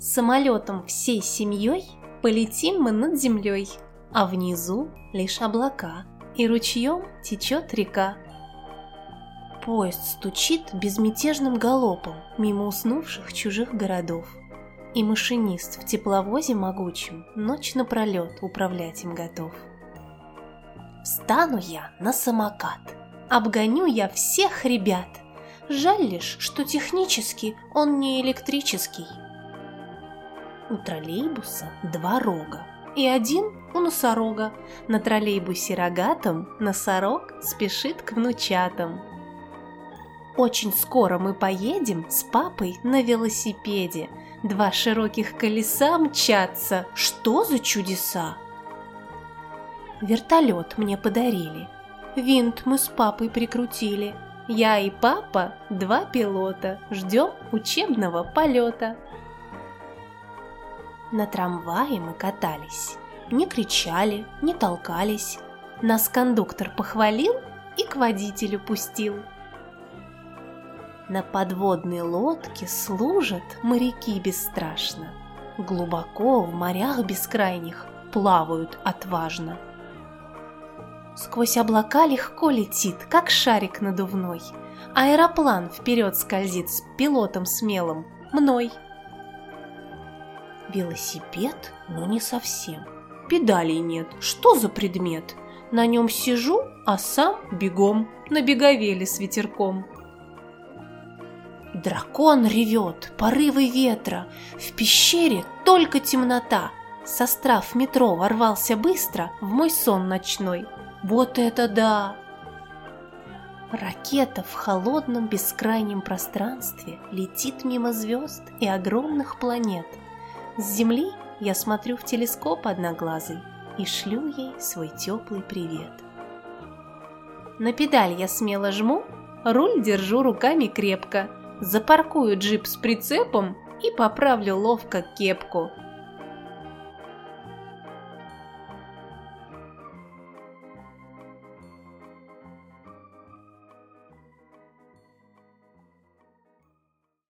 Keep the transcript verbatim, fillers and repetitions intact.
Самолетом всей семьей полетим мы над землей, а внизу лишь облака, и ручьем течет река. Поезд стучит безмятежным галопом мимо уснувших чужих городов, и машинист в тепловозе могучем ночь напролет управлять им готов. Встану я на самокат, обгоню я всех ребят, жаль лишь, что технически он не электрический. У троллейбуса два рога, и один у носорога. На троллейбусе рогатом носорог спешит к внучатам. Очень скоро мы поедем с папой на велосипеде. Два широких колеса мчатся. Что за чудеса! Вертолет мне подарили, винт мы с папой прикрутили. Я и папа, два пилота, ждем учебного полета. На трамвае мы катались, не кричали, не толкались. Нас кондуктор похвалил и к водителю пустил. На подводной лодке служат моряки бесстрашно, глубоко в морях бескрайних плавают отважно. Сквозь облака легко летит, как шарик надувной. Аэроплан вперед скользит с пилотом смелым, мной. Велосипед, но не совсем. Педалей нет, что за предмет? На нем сижу, а сам бегом на беговеле с ветерком. Дракон ревет, порывы ветра, в пещере только темнота. Сострав метро ворвался быстро в мой сон ночной. Вот это да! Ракета в холодном бескрайнем пространстве летит мимо звезд и огромных планет. С Земли я смотрю в телескоп одноглазый и шлю ей свой теплый привет. На педаль я смело жму, руль держу руками крепко, запаркую джип с прицепом и поправлю ловко кепку.